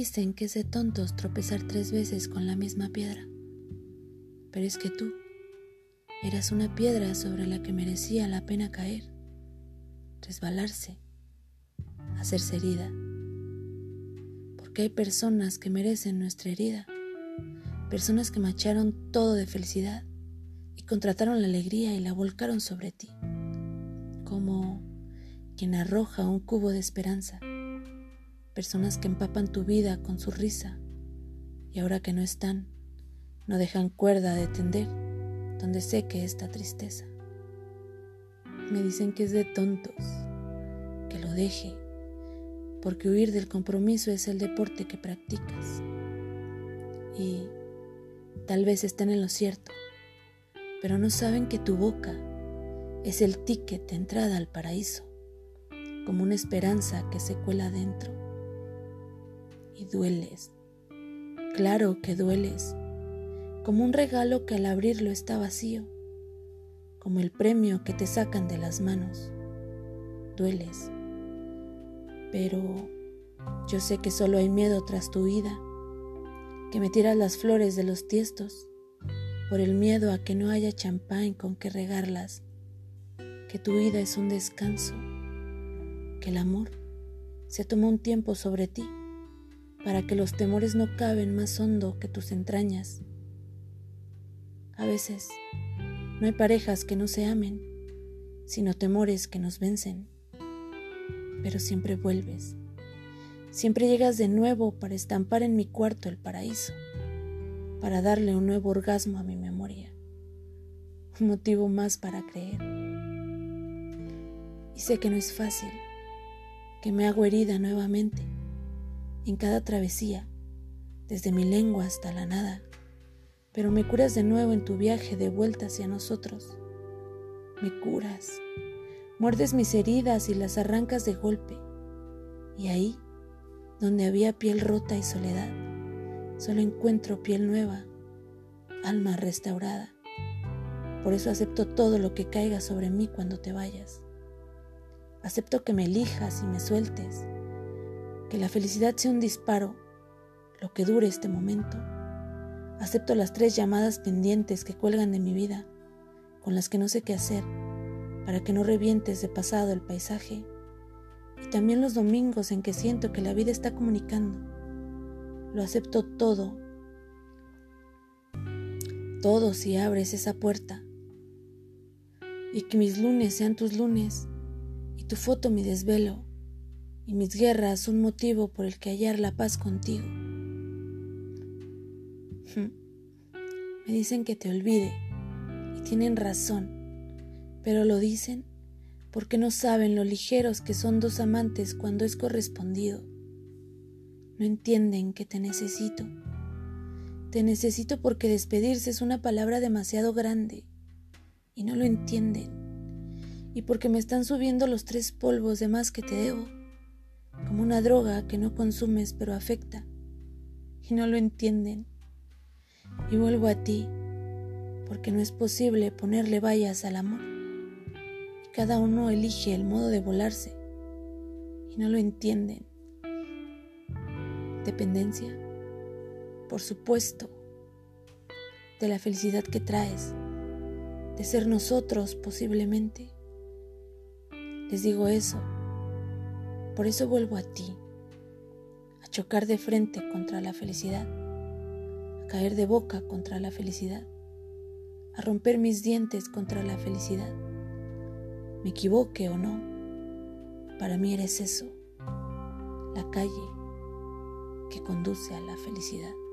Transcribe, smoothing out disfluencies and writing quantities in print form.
dicen que es de tontos tropezar 3 veces con la misma piedra, pero es que tú eras una piedra sobre la que merecía la pena caer, resbalarse, hacerse herida, porque hay personas que merecen nuestra herida, personas que macharon todo de felicidad y contrataron la alegría y la volcaron sobre ti, como quien arroja un cubo de esperanza, personas que empapan tu vida con su risa y ahora que no están, no dejan cuerda de tender donde seque esta tristeza. Me dicen que es de tontos, que lo deje, porque huir del compromiso es el deporte que practicas. Y tal vez estén en lo cierto, pero no saben que tu boca es el ticket de entrada al paraíso, como una esperanza que se cuela adentro. Y dueles, claro que dueles, como un regalo que al abrirlo está vacío, como el premio que te sacan de las manos. Dueles, pero yo sé que solo hay miedo tras tu huida, que me tiras las flores de los tiestos, por el miedo a que no haya champán con que regarlas, que tu vida es un descanso, que el amor se toma un tiempo sobre ti, para que los temores no caben más hondo que tus entrañas. A veces no hay parejas que no se amen, sino temores que nos vencen, pero siempre vuelves, siempre llegas de nuevo para estampar en mi cuarto el paraíso, para darle un nuevo orgasmo a mi memoria, un motivo más para creer. Y sé que no es fácil, que me hago herida nuevamente, en cada travesía, desde mi lengua hasta la nada, pero me curas de nuevo en tu viaje de vuelta hacia nosotros. Me curas, muerdes mis heridas y las arrancas de golpe, y ahí, donde había piel rota y soledad, solo encuentro piel nueva, alma restaurada. Por eso acepto todo lo que caiga sobre mí cuando te vayas. Acepto que me elijas y me sueltes, que la felicidad sea un disparo, lo que dure este momento. Acepto las 3 llamadas pendientes que cuelgan de mi vida, con las que no sé qué hacer, para que no revientes de pasado el paisaje, y también los domingos en que siento que la vida está comunicando. Lo acepto todo, todo si abres esa puerta, y que mis lunes sean tus lunes, y tu foto mi desvelo, y mis guerras un motivo por el que hallar la paz contigo. Me dicen que te olvide, y tienen razón, pero lo dicen porque no saben lo ligeros que son 2 amantes cuando es correspondido. No entienden que te necesito. Te necesito porque despedirse es una palabra demasiado grande, y no lo entienden, y porque me están subiendo los 3 polvos de más que te debo, como una droga que no consumes pero afecta, y no lo entienden. Y vuelvo a ti, porque no es posible ponerle vallas al amor, y cada uno elige el modo de volarse, y no lo entienden. Dependencia, por supuesto, de la felicidad que traes, de ser nosotros posiblemente. Les digo eso, por eso vuelvo a ti, a chocar de frente contra la felicidad, a caer de boca contra la felicidad, a romper mis dientes contra la felicidad. Me equivoque o no, para mí eres eso, la calle que conduce a la felicidad.